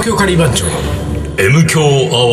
東京カリー番長 M 強ア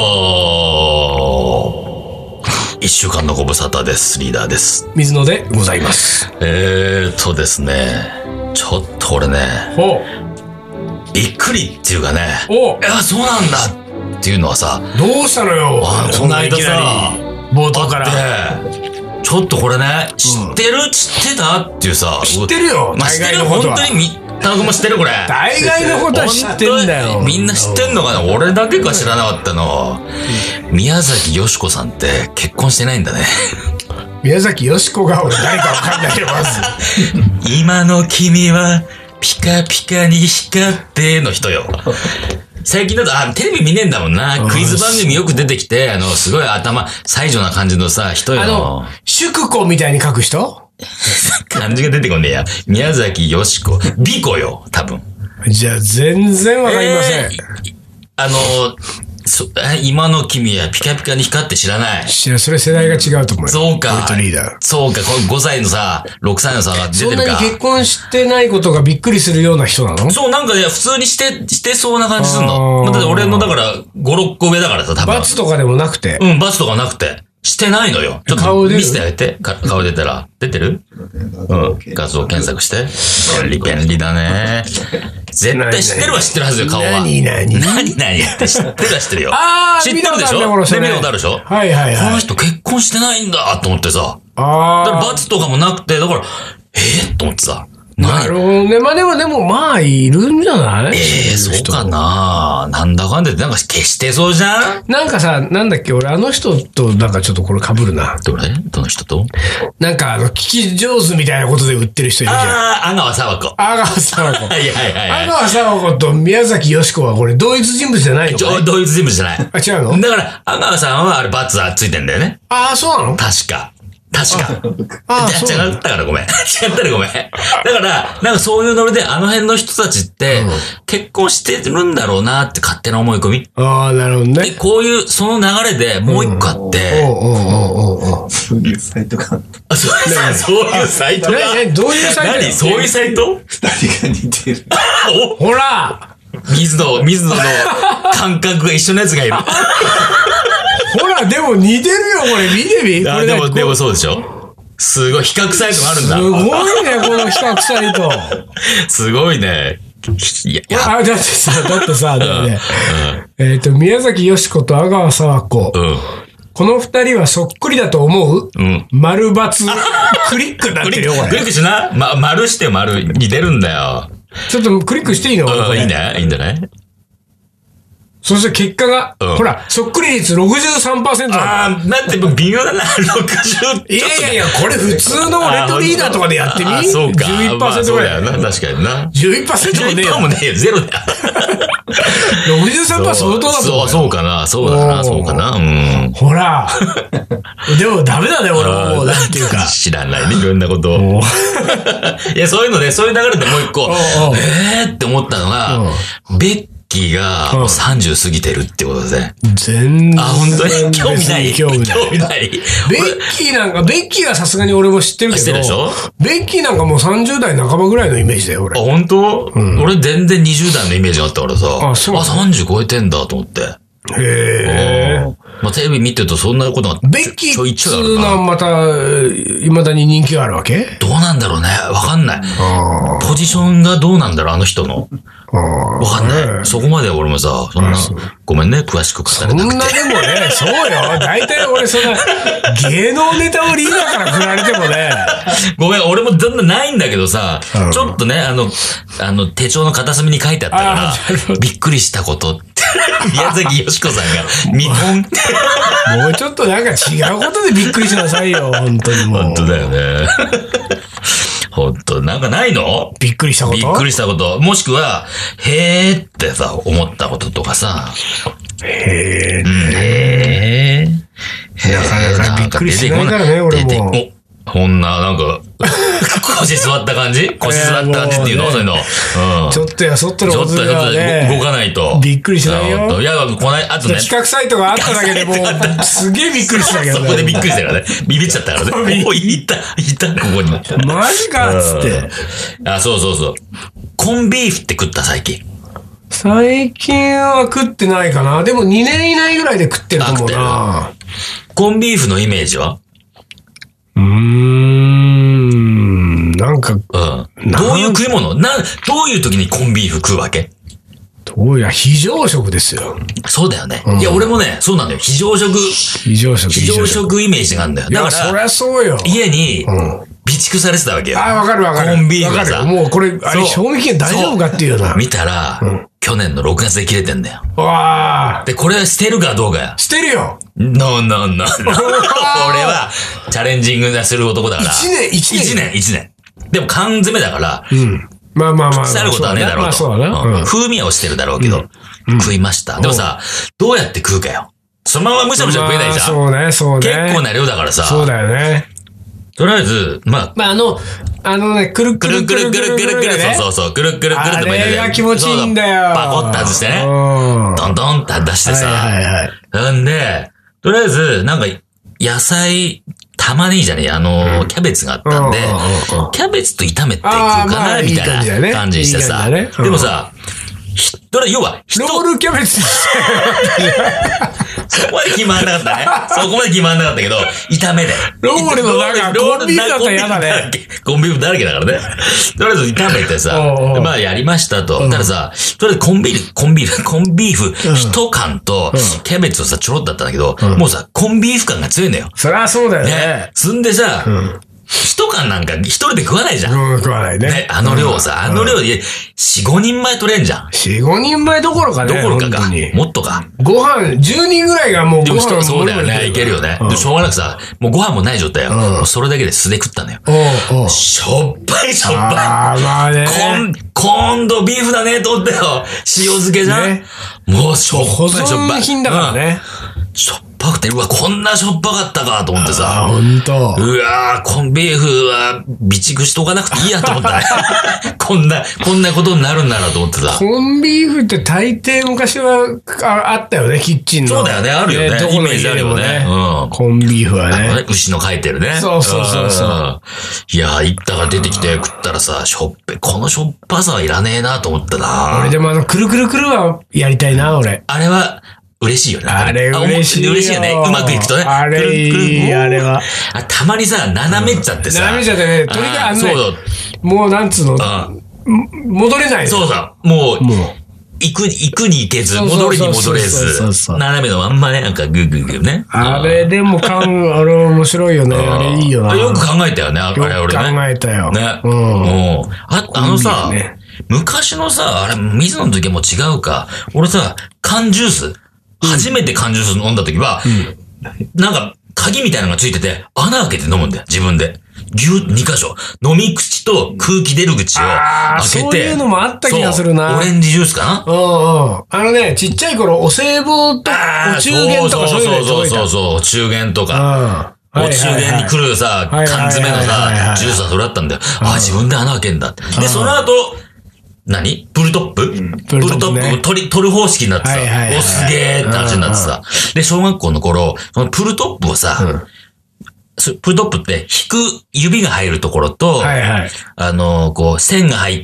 ワー。一週間のご無沙汰です。リーダーです。 水野でございます。 ですね、ちょっと俺ね、びっくりっていうかね、いや、そうなんだっていうのはさ、 どうしたのよ。 この間さ、 冒頭からちょっとこれね、知ってたっていうさ、 知ってるよ。 まあ、知ってる、本当に田中も知ってるこれ。 大概のことは知ってんだよ。 みんな知ってんのかな。俺だけか知らなかったの。宮崎美子さんって結婚してないんだね。 宮崎美子が俺誰かわかんないよ、まず。 今の君はピカピカに光っての人よ。最近だと、テレビ見ねえんだもんな。クイズ番組よく出てきて、すごい才女な感じのさ、人よ。 祝子みたいに書く人漢字が出てこんねえや。宮崎美子。美子よ、多分。 じゃあ、全然わかりません。 今の君はピカピカに光って知らない。 それ世代が違うと思うよ。 そうか。 リーダー。 そうか、これ5歳のさ、6歳のさが出てるか。 そんなに結婚してないことがびっくりするような人なの？ そう、なんかね、普通にしてそうな感じすんの。だって俺の、だから、5、6個上だからさ、多分。 罰とかでもなくて。 うん、罰とかなくて。してないのよ。ちょっと見せてあげて。顔出たら。出てる？うん。画像検索して。便利だね。絶対知ってるは知ってるはずよ、顔は。何って知ってるは知ってるよ。知ってるでしょ？見たことあるでしょ？ はいはいはい。 この人結婚してないんだと思ってさ。だから罰とかもなくて、だから、と思ってさ。 なるほどね。まあでもまあ、いるんじゃない？ そうかな。なんだかんだなんか消してそうじゃん？ なんかさ、なんだっけ、俺人となんかちょっとこれ被るな。 どの人と？ なんか聞き上手みたいなことで売ってる人いるじゃん。 阿川佐和子。 阿川佐和子。 はい。 阿川佐和子と宮崎美子はこれ同一人物じゃないの？ 同一人物じゃない。 違うの？ だから、阿川さんは罰はついてんだよね。 そうなの？ 確か。違ったからごめん。違ったらごめん。だから、なんかそういうノリであの辺の人たちって、結婚してるんだろうなって勝手な思い込み。 なるほどね。 で、こういう、その流れでもう一個あって。 そういうサイトがあった。 そういうサイトが。 どういうサイト？ 何？そういうサイト？ 二人が似てる。 ほら水野の感覚が一緒のやつがいる。 ほら、でも似てるよ、これ。見てみ？ でもそうでしょ？すごい、比較サイトがあるんだ。 すごいね、この比較サイト。 すごいね。 だってさ、宮崎美子と阿川佐和子。この二人はそっくりだと思う？丸×クリックになってるよ、これ。 クリックしな。丸して丸に出るんだよ。 ちょっとクリックしていいの？ いいね。いいんじゃない？ そして結果が、ほら、そっくり率 63% だって微妙だな、60。 いや、これ普通のレッドリーダーとかでやってみ？ そうか。 11% ぐらい。 そうだよな、確かにな。 11% もねえよ。 11%もねえよ、ゼロだよ。 63% 相当だと思う。 そうかな、そうかな。 ほら。でもダメだね、俺もう、なんていうか。 知らないね、いろんなことを。いや、そういうので、そういう流れでもう一個、って思ったのが、ベッキーがもう30過ぎてるってことでね。 全然。 本当に興味ない。 ベッキーはさすがに俺も知ってるけど。知ってるでしょ？ベッキーなんかもう30代半ばぐらいのイメージだよ、俺。 本当？俺全然20代のイメージがあったからさ。30超えてんだと思って。 へー。 まあ、テレビ見てるとそんなことがベッキーっていうのはまた、未だに人気があるわけ？ どうなんだろうね。わかんない。ポジションがどうなんだろう、あの人の。わかんない。そこまで俺もさ、そんな、ごめんね、詳しく語れなくて。 そんなでもね、そうよ。大体俺そんな、芸能ネタをリーダーから振られてもね。 ごめん、俺もだんだんないんだけどさ、ちょっとね、手帳の片隅に書いてあったから、びっくりしたことって。宮崎美子さんが見本って。 もうちょっとなんか違うことでびっくりしなさいよ、本当にもう。 本当だよね。本当なんかないの？ びっくりしたこと？ びっくりしたこと。もしくは、へーってさ、思ったこととかさ。 へー。なかなかびっくりしないからね、俺も。 こんな、なんか、腰座った感じっていうのそういうの。 ちょっとやそっとのことではね。 動かないと。 びっくりしないよ。 いや、あとね。 企画サイトがあっただけでもう、すげえびっくりしたけどね。 そこでびっくりしたからね。ビビっちゃったからね。おい、いた、ここに。 マジかっつって。 そう。コンビーフって食った最近。 最近は食ってないかな。でも2年以内ぐらいで食ってると思うな。 コンビーフのイメージはなんか、 どういう食い物どういう時にコンビーフ食うわけ？ 非常食ですよ。 そうだよね。いや、俺もね、そうなんだよ。非常食イメージがあるんだよ。だから、 そりゃそうよ。 家に、備蓄されてたわけよ。 わかる。 コンビーフがさ。 もうこれ、賞味期限大丈夫かっていうな。 見たら、去年の6月で切れてんだよ。 わで、これは捨てるかどうかや。 捨てるよ。 No. 俺は、チャレンジングする男だから。1年。でも缶詰だから、 まあ。 腐ることはねえだろうと。風味は落ちてるだろうけど、食いました。でもさ、どうやって食うかよ。そのままむしゃむしゃ食えないじゃん。 そうね。 結構な量だからさ。 そうだよね。 とりあえず、まあ、 ね、くるくるくるくるくるくる。 そう、くるくるくるってあれが気持ちいいんだよ。 パコッと外してね。ドンドンって出してさ。なんで、とりあえず、なんか、野菜、玉ねぎじゃねえ、キャベツがあったんで、キャベツと炒めていこうかな、みたいな感じにしてさ。でもさ、要は、 ロールキャベツそこまで決まんなかったね。そこまで決まんなかったけど、炒めで。 ロールの中、コンビーフだったら嫌だね。 コンビーフだらけだからね。とりあえず炒めてさ、まあやりましたと。たださ、とりあえずコンビーフ一缶と、キャベツをさ、ちょろっとだったんだけど、もうさ、コンビーフ感が強いんだよ。 そりゃそうだよね。 そんでさ、一缶なんか一人で食わないじゃん。 食わないね。 あの量さ、で4、5人前取れんじゃん。 4、5人前どころかね。 もっとか。 ご飯、10人ぐらいがもうご飯そうだよね。いけるよね。しょうがなくさ、もうご飯もない状態よ。それだけで素で食ったのよ。しょっぱい。 まあね。 今度ビーフだねと思ったよ。塩漬けじゃん。もうしょっぱい。 保存品だからね。 しょっぱくて、こんなしょっぱかったかと思ってさ。 ほんと。 コンビーフは備蓄しとかなくていいやと思ったね。こんなことになるんならと思ってさ。 コンビーフって大抵昔はあったよね、キッチンの。 そうだよね、あるよね。イメージあるよね。 コンビーフはね。 牛の書いてるね。 そう。 いや、行ったが出てきて食ったらさ、このしょっぱさはいらねえなと思ったな。 俺でもくるくるくるはやりたいな、俺。 あれは、嬉しいよね。 あれ嬉しいよ。 嬉しいよね。うまくいくとね。 あれいい、あれは。 たまにさ、斜めっちゃってさ。 斜めっちゃってね、とにかくもうなんつうの、戻れない。 そうさ、もう、行くに行けず、戻りに戻れず、斜めのまんまね、なんかグーグーね。 あれでもあれ面白いよね。あれいいよな。 よく考えたよね、あれ俺ね。 考えたよ。 ね。さ、昔のさ、あれ、水野の時はもう違うか。俺さ、缶ジュース、初めて缶ジュース飲んだ時は、なんか、鍵みたいなのがついてて、穴開けて飲むんだよ、自分で。2箇所。飲み口と空気出る口を開けて。 そういうのもあった気がするな。 オレンジジュースかな？ ちっちゃい頃、お歳暮とお中元とかそういうのそう、お中元とか。お中元に来るさ、缶詰のさ、ジュースはそれだったんだよ。自分で穴開けんだって。で、その後、プルトップ取る方式になってさ、おすげーって話になってさ。で、小学校の頃、そのプルトップをさ、プルトップって引く指が入るところと、こう、線が入って、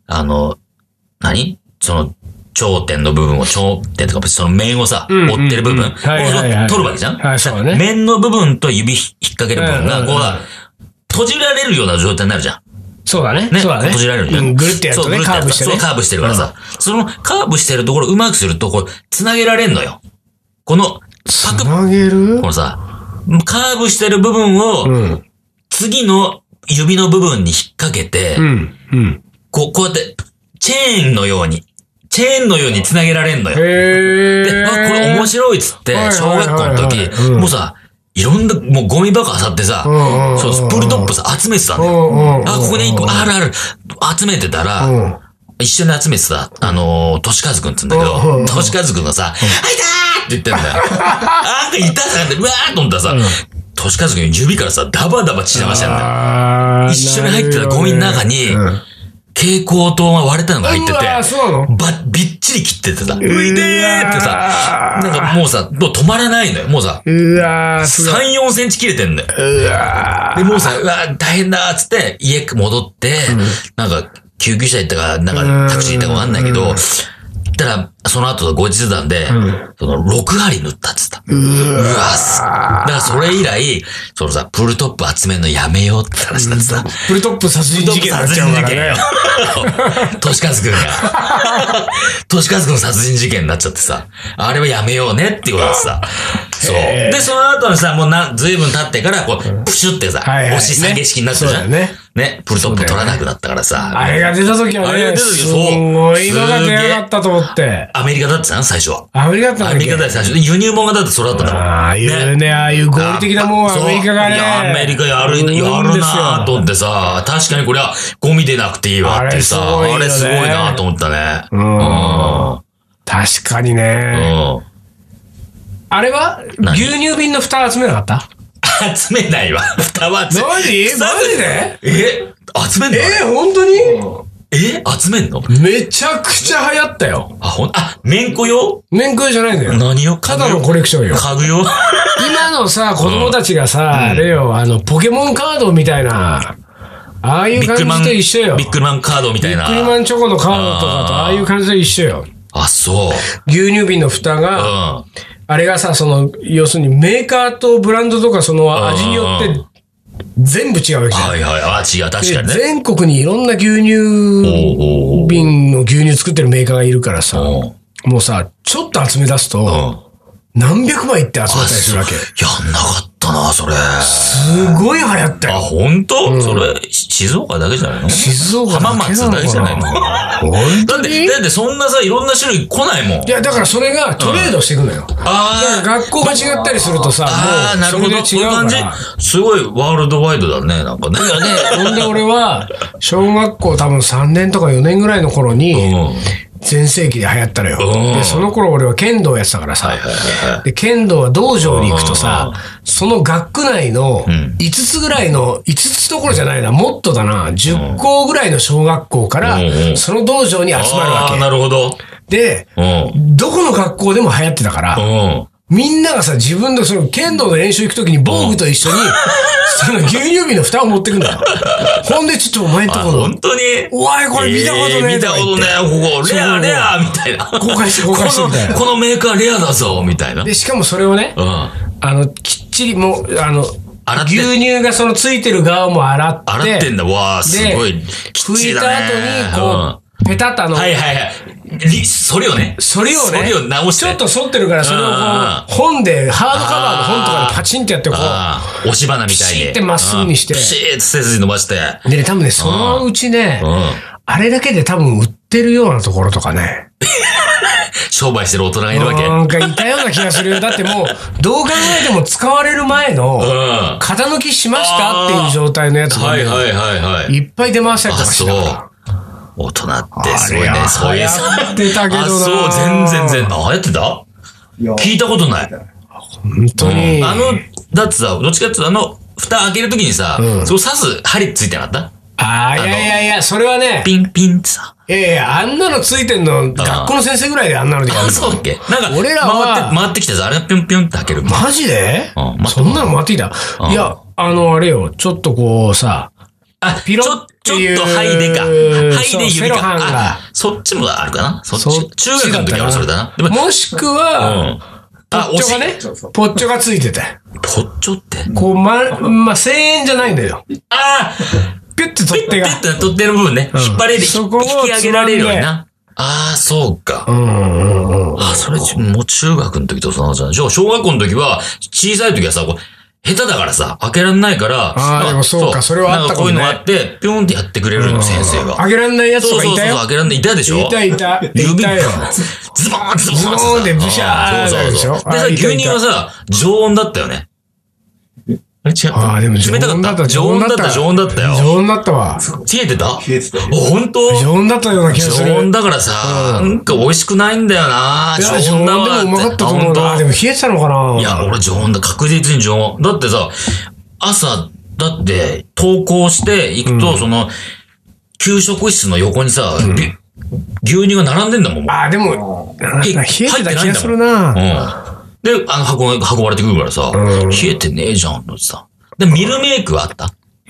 その、頂点の部分を、頂点とか、その面をさ、折ってる部分を取るわけじゃん？面の部分と指引っ掛ける部分が、こう、閉じられるような状態になるじゃん。 そうだね。 閉じられるじゃん。 ぐるってやるとね、カーブしてね。 そう、カーブしてるからさ。そのカーブしてるところうまくすると、こう、繋げられんのよ。この、 繋げる？ このさ、カーブしてる部分を、次の指の部分に引っ掛けて、こうやって、チェーンのように繋げられんのよ。で、これ面白いっつって、小学校の時、もうさ、いろんな、もうゴミ箱漁ってさ、プルトップさ、集めてたんだよ。ここに1個、ある。集めてたら、一緒に集めてた、としかずくんって言うんだけど、としかずくんがさ、いたーって言ってんだよ。いたーって、うわーっと思ったらさ、としかずくん指からさ、ダバダバ血流してんだよ。一緒に入ってたゴミの中に、蛍光灯が割れたのが入ってて、びっちり切っててさ、ういでーってさ、なんかもうさ、止まらないのよ。もうさ、3、4センチ切れてんのよ。で、もうさ、大変だーっつって、家戻って、なんか、救急車行ったか、なんか、タクシー行ったかわかんないけど、 たら、その後後日談で、その6針塗ったっつった。だからそれ以来、そのさ、プルトップ集めるのやめようって話だってさ。 プルトップ殺人事件になっちゃうからね。 トシカズくんが。トシカズくんの殺人事件になっちゃってさ、あれはやめようねっていうことでさ。そう。で、その後にさ、もうずいぶん経ってから、こう、プシュってさ、押し下げ式になってるじゃん。ね。プルトップ取らなくなったからさ。 あれが出た時はね、すごいのが出やがったと思って。 アメリカだってさ、最初は。 アメリカだったんだっけ？ アメリカだって最初。輸入物がだってそれだったの。 ああいうね、ああいう合理的なもんはアメリカがね。 いや、アメリカやるなぁと思ってさ、確かにこれはゴミ出なくていいわってさ、あれすごいなぁと思ったね。 確かにね。あれは牛乳瓶の蓋集めなかった？ 集めないわ。蓋は集めマジで？ 集めんの？ 本当に？ 集めんの？ めちゃくちゃ流行ったよ。 めんこ用？ めんこ用じゃないんだよ。 何よ？ ただのコレクションよ。 家具用？ 今のさ、子供たちがさ、あれよ、ポケモンカードみたいな、ああいう感じと一緒よ。 ビックリマンカードみたいな。 ビックリマンチョコのカードとかとああいう感じと一緒よ。 あ、そう。 牛乳瓶の蓋が、あれがさ、要するにメーカーとブランドとかその味によって全部違うわけじゃん。 はいはい。違う、確かにね。 全国にいろんな牛乳瓶の牛乳作ってるメーカーがいるからさ、もうさ、ちょっと集め出すと、何百枚って集めたりするわけ。 やんなかったな、それ。 すごい流行ったよ。 本当？それ、静岡だけじゃないの？ 静岡だけ浜松だけじゃないの？だってそんなさ、いろんな種類来ないもん。 いや、だからそれがトレードしていくのよ。だから学校が違ったりするとさ、もうそれで違うから。 すごいワールドワイドだね、なんかね。 いやね、ほんで俺は、小学校多分3年とか4年ぐらいの頃に、全盛期で流行ったのよ。で、その頃俺は剣道やってたからさ。で、剣道は道場に行くとさ、その学区内の5つぐらいの、5つどころじゃないな、もっとだな、10校ぐらいの小学校から、その道場に集まるわけ。 なるほど。 で、どこの学校でも流行ってたから、みんながさ、自分のその剣道の練習行くときに防具と一緒に、その牛乳瓶の蓋を持ってくんだよ。ほんでちょっとお前んとこの。 本当に？ おい、これ見たことねえ。 見たことねえ。ここ、レアみたいな。 公開してみたいな。 このメーカーレアだぞ、みたいな。 で、しかもそれをね、きっちりもう、牛乳がそのついてる側も洗って。 洗ってんだ。わー、すごい。 拭いた後に、こう、ペタッとはいはいはい。それをね。 それを直して。 ちょっと反ってるから、それをこう、本で、ハードカバーの本とかでパチンってやってこう。 押し花みたいに。 ピシってまっすぐにして。 ピシーって背筋伸ばして。 でね、多分ね、そのうちね、あれだけで多分売ってるようなところとかね。 商売してる大人がいるわけ。 なんかいたような気がするよ。だってもう、どう考えても使われる前の、型抜きしましたっていう状態のやつが、いっぱい出回したりとかしてたから。 大人ってすごいね。そういう。 やってたけどな。 そう、全然。流行ってた？聞いたことない。 本当に。 だってさ、どっちかっていうと蓋開けるときにさ、そう刺す針ついてなかった？ いや、それはね。 ピンピンってさ。 あんなのついてんの、学校の先生ぐらいであんなのでやるの。 そうだっけ？なんか、 俺らは回ってきたさ、あれがピュンピュンって開ける。 マジで？そんなの回ってきた？いや、あれよ、ちょっとこうさ、 ピロちょっとハイでか。ハイで指か。そっちもあるかな？そっち。中学の時はそれだな。 もしくは、ポッチョがね、ポッチョがついてて。 ポッチョって？ こう、1000円じゃないんだよ。ピュッて取っ手が。 ピュッて取っ手の部分ね。引っ張れる。引き上げられるようにな。そうか。それ、もう中学の時とそのじゃん。小学校の時は、小さい時はさ、下手だからさ、開けらんないから。 でもそうか、それはあったかもね。 こういうのがあって、ピョンってやってくれるの、先生が。 開けらんないやつとかいたよ。 そう、開けらんない、いたでしょ？ いた。 指が、ズボーンでブシャーでしょ？ でさ、牛乳はさ、常温だったよね。あれ違う。 でも常温だった。 常温だったよ。 常温だったわ。 冷えてた？本当？ 常温だったような気がする。 常温だからさ、なんか美味しくないんだよな。 常温でもうまかったと思うな。でも冷えてたのかな？ いや、俺常温だ。確実に常温。だってさ、朝、だって、登校して行くと、給食室の横にさ、牛乳が並んでんだもん。 でも、冷えてた気がするな。 で、運ばれてくるからさ、冷えてねえじゃん、ってさ。で、ミルメイクはあった？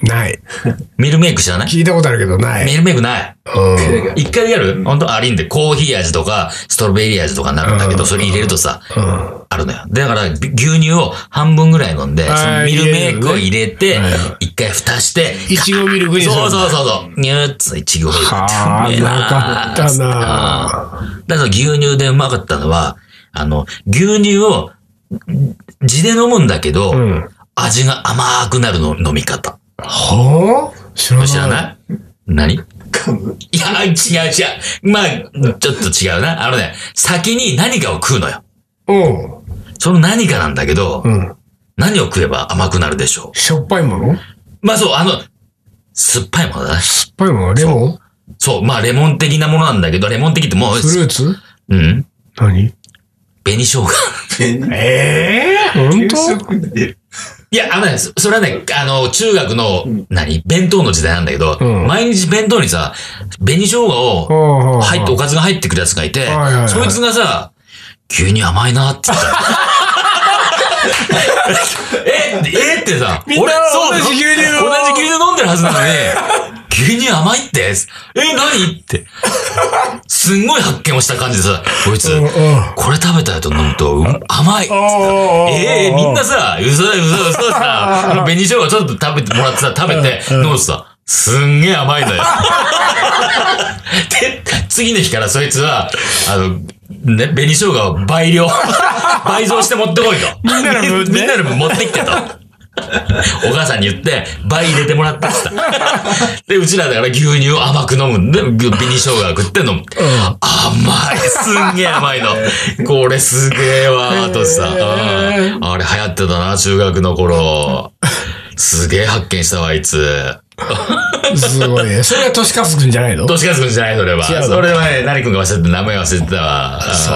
ない。 ミルメイク知らない？ 聞いたことあるけどない。 ミルメイクない。一回やる？ほんとありんで、コーヒー味とか、ストロベリー味とかになるんだけど、それ入れるとさ、あるのよ。だから、牛乳を半分ぐらい飲んで、そのミルメイクを入れて、一回蓋して、 いちごミルクにする。 そう。ニューッツいちごミルク。 はぁ、なかったなぁ。だから牛乳でうまかったのは、牛乳を地で飲むんだけど、味が甘くなるの飲み方。 はぁ？知らない。 何？いや、違う。まあ、ちょっと違うな。先に何かを食うのよ。その何かなんだけど、何を食えば甘くなるでしょう。 しょっぱいもの？まあそう、酸っぱいものだね。 酸っぱいもの？レモン？ そう、まあレモン的なものなんだけど、レモン的ってもう。 フルーツ？ 何？ 紅生姜。 ほんと？ いや、それはね、中学の、弁当の時代なんだけど、毎日弁当にさ、紅生姜を、おかずが入ってくるやつがいて、そいつがさ、牛乳甘いなって言った。ってさ、 同じ牛乳飲んでるはずなのに、牛乳甘いって何って。すんごい発見をした感じでさ、こいつ、これ食べたやつ飲むと、甘いってみんなさ、嘘さ、紅生姜ちょっと食べてもらってさ、食べて、飲むとさ、すんげえ甘いのよ。で、次の日からそいつは、紅生姜を倍増して持ってこいと。みんなの分持ってきてと。お母さんに言って、倍入れてもらったって言った。で、うちらだから牛乳を甘く飲むんで、紅生姜食って飲む。甘い。すんげえ甘いの。これすげえわーとさ。あれ流行ってたな、中学の頃。すげえ発見したわ、あいつ。 すごいね。それは年かすくんじゃないの？ 年かすくんじゃない、それは。それはね、何君が忘れて名前忘れてたわ。 そう。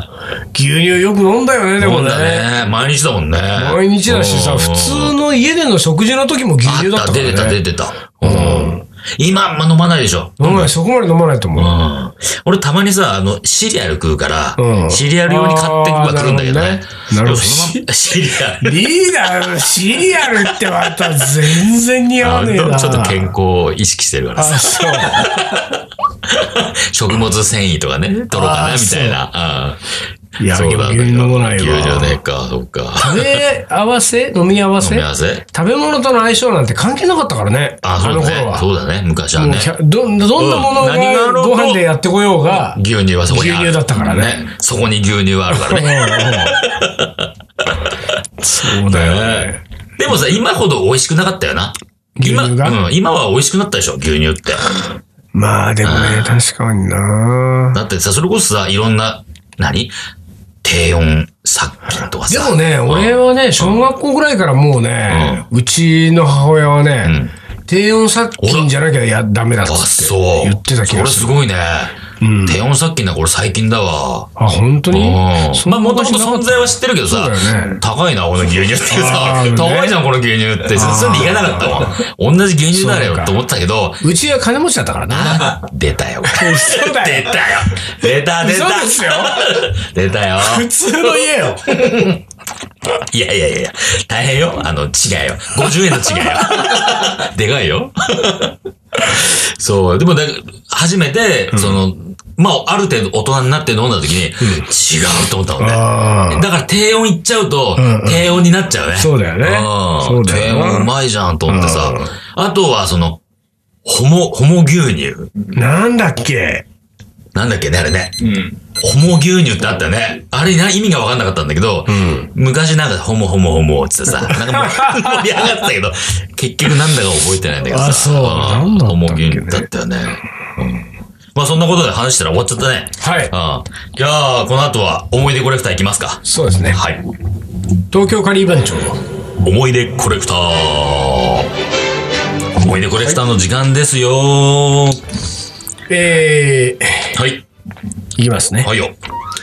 牛乳よく飲んだよね、でもね。 飲んだね。毎日だもんね。 毎日だしさ、普通の家での食事の時も牛乳だったからね。 出てた。今、飲まないでしょ。 そこまで飲まないと思う。 俺たまにさ、シリアル食うから、シリアル用に買ってはくるんだけどね。 なるほど。 シリアル。 リーダー、シリアルってまた全然似合わねえな。 ちょっと健康を意識してるからさ。 そう。 食物繊維とかね、取ろうかな、みたいな。 いや、牛乳飲まないわ。 牛乳ねえか、そっか。 飲み合わせ食べ物との相性なんて関係なかったからね。 そうだね。そうだね、昔はね。 どんなものがご飯でやってこようが、 牛乳はそこにある。 牛乳だったからね。 そこに牛乳はあるからね。 そうだよね。 でもさ、今ほど美味しくなかったよな。 牛乳が？ 今は美味しくなったでしょ、牛乳って。 まあでもね、確かにな。 だってさ、それこそさ、いろんな、低温殺菌とかさ。 でもね、俺はね、小学校ぐらいからもうね、うちの母親はね、低温殺菌じゃなきゃダメだって言ってた気がする。 それすごいね。低温殺菌なんか俺最近だわ。 本当に？ まあもともと存在は知ってるけどさ、高いな、この牛乳ってさ、高いじゃん、この牛乳って。それで言えなかったもん。同じ牛乳だよと思ったけど。 うちは金持ちだったからな。 出たよ。 嘘だよ。 出た。 嘘ですよ。 出たよ。 普通の家よ。 いや、大変よ。違いよ。50円の違いよ。でかいよ。そう。でも、初めて、まあ、ある程度大人になって飲んだ時に、違うと思ったもんね。だから低温いっちゃうと、低温になっちゃうね。 そうだよね。 低温うまいじゃんと思ってさ。あとは、ホモ牛乳。 なんだっけね、あれね。ホモ牛乳ってあったよね。あれ意味が分かんなかったんだけど、昔なんかホモってさ、なんか盛り上がったけど、結局なんだか覚えてないんだけどさ。 そう。 ホモ牛乳だったよね。まあそんなことで話したら終わっちゃったね。 はい。 じゃあ、この後は思い出コレクターいきますか。 そうですね。 はい。 東京カリー番長。 思い出コレクター。思い出コレクターの時間ですよ。はい。 いきますね。 はいよ。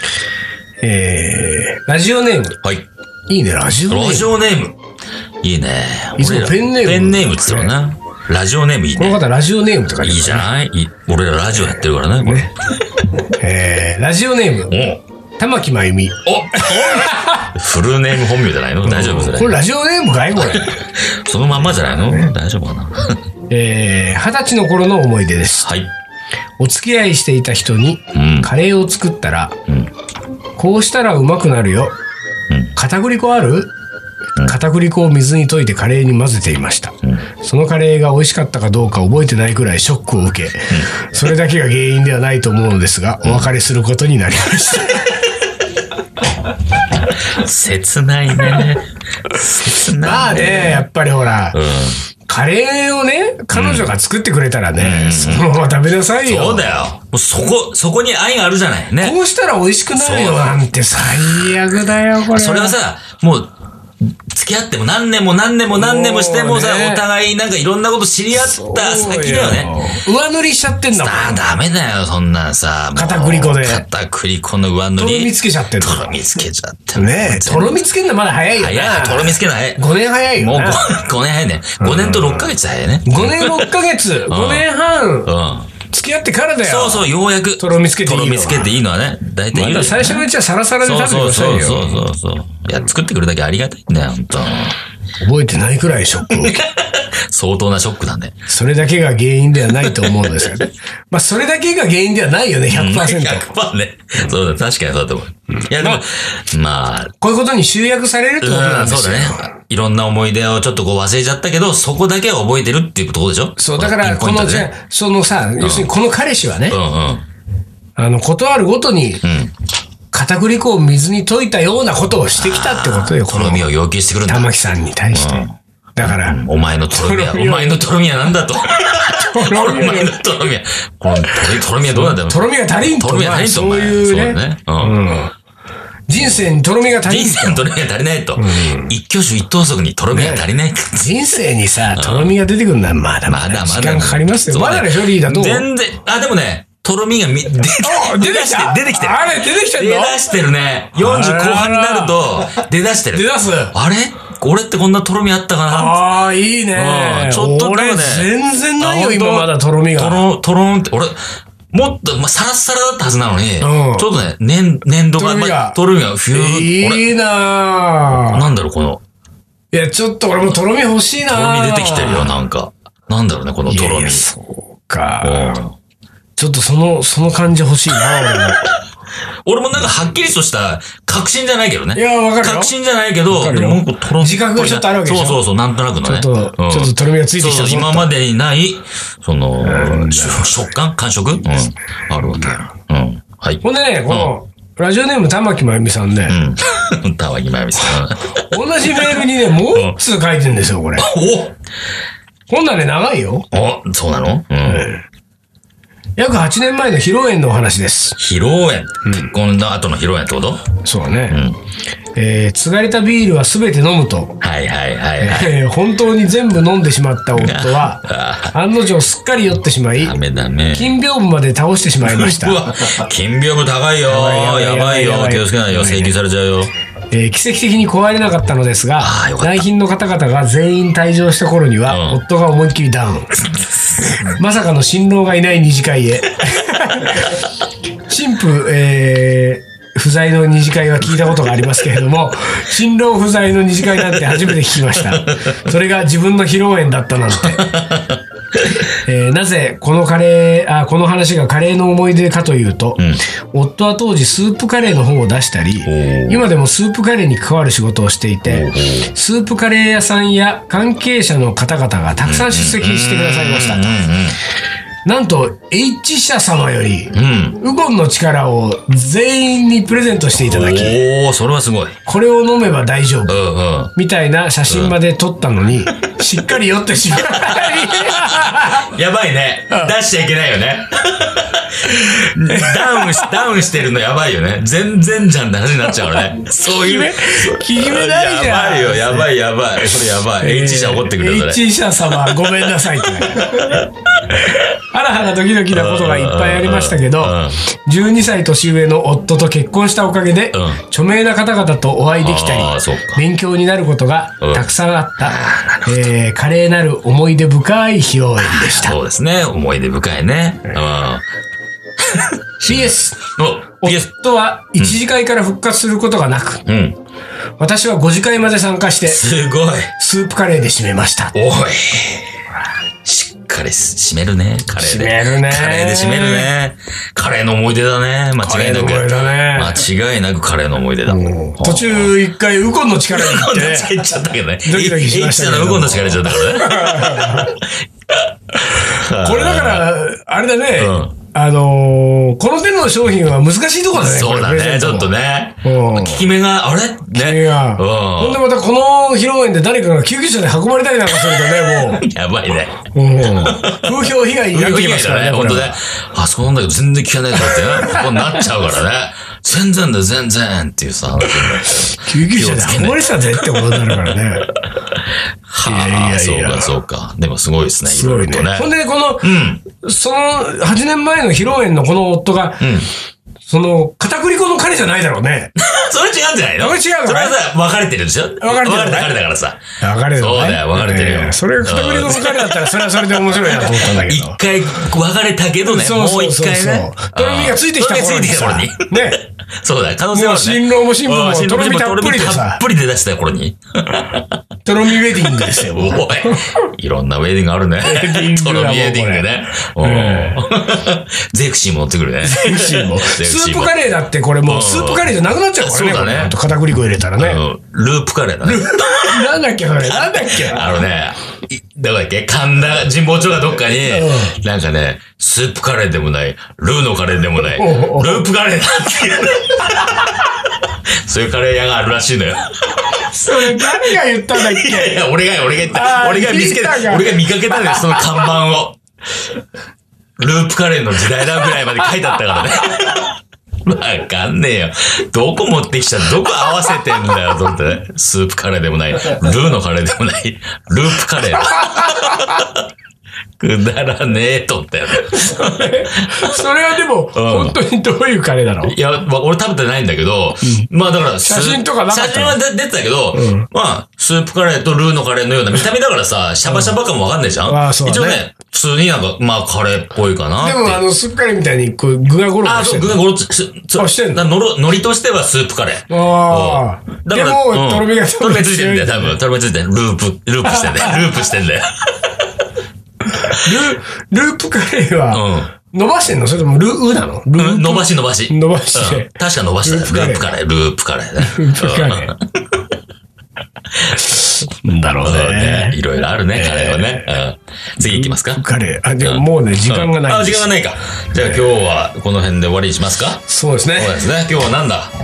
ラジオネーム。 はい。 いいね、ラジオネーム。 ラジオネーム。いいね。 いつもペンネーム。 ペンネームって言ったらな。ラジオネームいいね。 この方ラジオネームって書いてます。 いいじゃない？俺らラジオやってるからね、これ。 ラジオネーム。玉木まゆみ。 フルネーム本名じゃないの？大丈夫それ。 これラジオネームかいこれ。 そのまんまじゃないの？大丈夫かな 20歳の頃の思い出です。 はい。 お付き合いしていた人に、カレーを作ったら、こうしたらうまくなるよ。片栗粉ある？片栗粉を水に溶いてカレーに混ぜていました。そのカレーが美味しかったかどうか覚えてないくらいショックを受け、それだけが原因ではないと思うのですが、お別れすることになりました。 切ないね。切ないね。 まあね、やっぱりほら、カレーをね、彼女が作ってくれたらね、そのまま食べなさいよ。 そうだよ。もうそこに愛があるじゃないね。 こうしたら美味しくなるよなんて最悪だよ、これ。 それはさ、もう、付き合っても何年もしてもさ、お互いなんかいろんなこと知り合った先だよね。 上塗りしちゃってんだもん。 ダメだよ、そんなんさ。 片栗粉で。 片栗粉の上塗り。 とろみつけちゃってる。 とろみつけちゃってる。 ねえ、とろみつけんのまだ早いよね。 早い。とろみつけない。 5年早いよ。 もう5年早いね。5年と6ヶ月早いね。 5年6ヶ月。5年半。付き合ってからだよ。 そう、ようやく。 とろみつけていいの。 とろみつけていいのはね。大体言う。 まだ最初のうちはサラサラで食べてくださいよ。 そう。いや、作ってくるだけありがたいんだよ、ほんと。 覚えてないくらいショックを受け。 相当なショックだね。 それだけが原因ではないと思うんですよね。まあ、それだけが原因ではないよね、100%。 100% ね。そうだ、確かにそうだと思う。いや、でも、まあ。 こういうことに集約されるってことなんですよ。 そうだね。いろんな思い出をちょっとこう忘れちゃったけど、そこだけは覚えてるっていうことでしょ？ そう、だから、この、そのさ、要するにこの彼氏はね、断るごとに、片栗粉を水に溶いたようなことをしてきたってことよ、 とろみを要求してくるんだ。 玉木さんに対して。だから、 お前のとろみはなんだと。お前のとろみは、このとろみはどうなんだよ。 とろみが足りんと。 とろみが足りんと。 そういうね。人生にとろみが足りんと。 人生にとろみが足りないと。一挙手一投足にとろみが足りない。 人生にさ、とろみが出てくるのはまだまだ時間かかりますよ。まだね、処理だと。 全然、でもね、とろみが出てきてる。 あれ、出てきてるの？ 出だしてるね。40後半になると、出だしてる。 出だす。 あれ俺ってこんなとろみあったかな？ ああ、いいね。 ちょっとでもね。 俺全然ないよ、今まだとろみが。 とろんって、俺、もっと、サラッサラだったはずなのに、ちょっとね、粘土が、とろみが、フューいいなぁ。 なんだろう、この。 いや、ちょっと俺もとろみ欲しいなぁ。 とろみ出てきてるよ、なんか。なんだろうね、このとろみ。 そうか。ちょっとその感じ欲しいな、俺も。 俺もなんかはっきりとした確信じゃないけどね。 いや、わかるよ。 確信じゃないけど、でもとろみ。 自覚がちょっとあるわけでしょ。 そう、なんとなくのね。 ちょっととろみがついてきた。 今までにない、食感感触あるわけ。はい。 ほんでね、この、ラジオネーム玉木まゆみさんね。 玉木まゆみさん。 同じメールにね、もう一通書いてんですよ、これ。こんなね、長いよ。 そうなの？ 約8年前の披露宴のお話です。 披露宴？結婚の後の披露宴ってこと？ そうね。継がれたビールはすべて飲むと。本当に全部飲んでしまった夫は、案の定すっかり酔ってしまい、金屏風まで倒してしまいました。 金屏風高いよ。やばいよ。気をつけないよ。請求されちゃうよ。 奇跡的に壊れなかったのですが、来賓の方々が全員退場した頃には、夫が思いっきりダウン。まさかの新郎がいない二次会へ。新婦、不在の二次会は聞いたことがありますけれども、新郎不在の二次会なんて初めて聞きました。それが自分の披露宴だったなんて。なぜこの話がカレーの思い出かというと、夫は当時スープカレーの本を出したり、今でもスープカレーに関わる仕事をしていて、スープカレー屋さんや関係者の方々がたくさん出席してくださいました。なんと H 社様よりウコンの力を全員にプレゼントしていただき、 それはすごい。 これを飲めば大丈夫みたいな写真まで撮ったのに、しっかり酔ってしまう。 やばいね。出しちゃいけないよね。ダウンしてるのやばいよね。全然じゃんって話になっちゃうからね。そういう。 決めないじゃん。 やばいよ、やばい。それやばい。H 社怒ってくれる。 H 社様、ごめんなさいって。ハラハラドキドキなことがいっぱいありましたけど、12歳年上の夫と結婚したおかげで、著名な方々とお会いできたり、勉強になることがたくさんあった、華麗なる思い出深い披露宴でした。 そうですね、思い出深いね。 PS。夫は一次会から復活することがなく、 私は5次会まで参加して、 すごい。 スープカレーで締めました。 おい。しっかり締めるね、カレーで。 締めるね。 カレーで締めるね。カレーの思い出だね、間違いなく。 カレーの思い出だね。 間違いなくカレーの思い出だ。 途中一回ウコンの力に行ってね。 行っちゃったけどね。 ドキドキしましたけど。 のウコンの力入っちゃったからね。 これだから、あれだね。この手の商品は難しいところだね。 そうだね、ちょっとね。効き目が、あれね。 ほんでまたこの披露宴で誰かが救急車で運ばれたりなんかするとね、もう。 やばいね。 風評被害になってきますからね。 本当ね。あ、そうなんだけど全然効かないぞってね。ここになっちゃうからね。全然だよ、全然っていうさ。 救急車で運ばれてたぜってことになるからね。 はあ、そうか、そうか。でもすごいですね、 すごいね。ほんで、この、その8年前の披露宴のこの夫が、その、片栗粉の彼じゃないだろうね。 それ違うんじゃないの？ それ違うの？ それはさ、別れてるでしょ？ 別れてる。 別れた彼だからさ。 別れてる。 そうだよ、別れてるよ。 それが片栗粉の彼だったら、それはそれで面白いなと思ったんだけど。 一回別れたけどね、もう一回ね。 とろみがついてきた頃にさ。ね。 そうだよ、可能性はね。 新郎も新婦もとろみたっぷりでさ。 たっぷりで出した頃に。 とろみウェディングですよ。 おい。いろんなウェディングあるね。とろみウェディングね。ゼクシーも乗ってくるね。 ゼクシーも。スープカレーだってこれもうスープカレーじゃなくなっちゃうからね。 そうだね。 片栗粉入れたらね。 ループカレーだね。 なんだっけそれ。なんだっけどこだっけ神田神保町がどっかに、なんかね、スープカレーでもない、ルーのカレーでもない、ループカレーだっていう。そういうカレー屋があるらしいのよ。 それ誰が言ったんだっけ？ いや、俺が言った。俺が見つけた。俺が見かけたのよ、その看板を。ループカレーの時代だぐらいまで書いてあったからね。わかんねえよ。どこ持ってきちゃう？どこ合わせてんだよ、と思ってね。スープカレーでもない、ルーのカレーでもない、ループカレーだ。くだらねえと思ったよね。 それはでも、本当にどういうカレーなの？ いや、俺食べてないんだけど、まあだから、 写真とかなかった？ 写真は出てたけど、まあ、スープカレーとルーのカレーのような見た目だからさ、シャバシャバかもわかんないじゃん？一応ね、普通になんか、まあカレーっぽいかな。 でもスープカレーみたいに、こう、具がゴロゴロしてる。 具がゴロしてる。海苔としてはスープカレー。 ああ。だから、とろみがとろみついてんだよ、多分。とろみついてんだよ。ループしてんだよ。ループしてんだよ。 ループカレーは、伸ばしてんの？それともルーなの？ 伸ばし。 伸ばして。 確か伸ばしたよ。ループカレーね。ループカレー。だろうね。いろいろあるね、カレーはね。次行きますか？ カレー。でももうね、時間がない。 時間がないか。じゃあ今日はこの辺で終わりにしますか？ そうですね。 そうですね。今日はなんだ？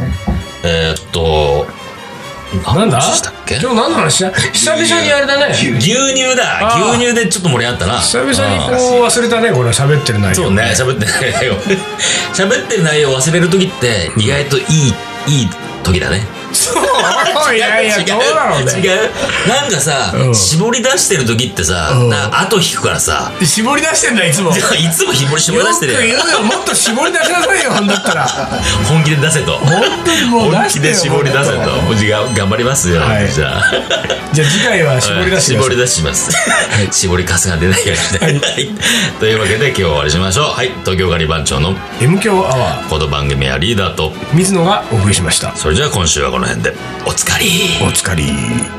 なんだ？今日何の話だ？久々にあれだね。 牛乳だ。牛乳でちょっと盛り上がったな。 久々にこう忘れたね、これ喋ってる内容。 そうね、喋ってる内容。喋ってる内容を忘れるときって意外といい時だね。 そういやいや、どうだろうね。 違う。なんかさ、絞り出してる時ってさ、後引くからさ。 絞り出してんだ、いつも。 いつも絞り出してるよ。 よく言うよ、もっと絞り出しなさいよ、ほんだったら。 本気で出せと。 本当にもう本気で絞り出せと。頑張りますよ。じゃあ次回は絞り出します。 絞り出します。絞りかすが出ないようにね。というわけで今日は終わりしましょう。はい、東京ガリ番長の M 強アワー。 この番組はリーダーと水野がお送りしました。 それじゃあ今週はこの辺でおつかり。 おつかり。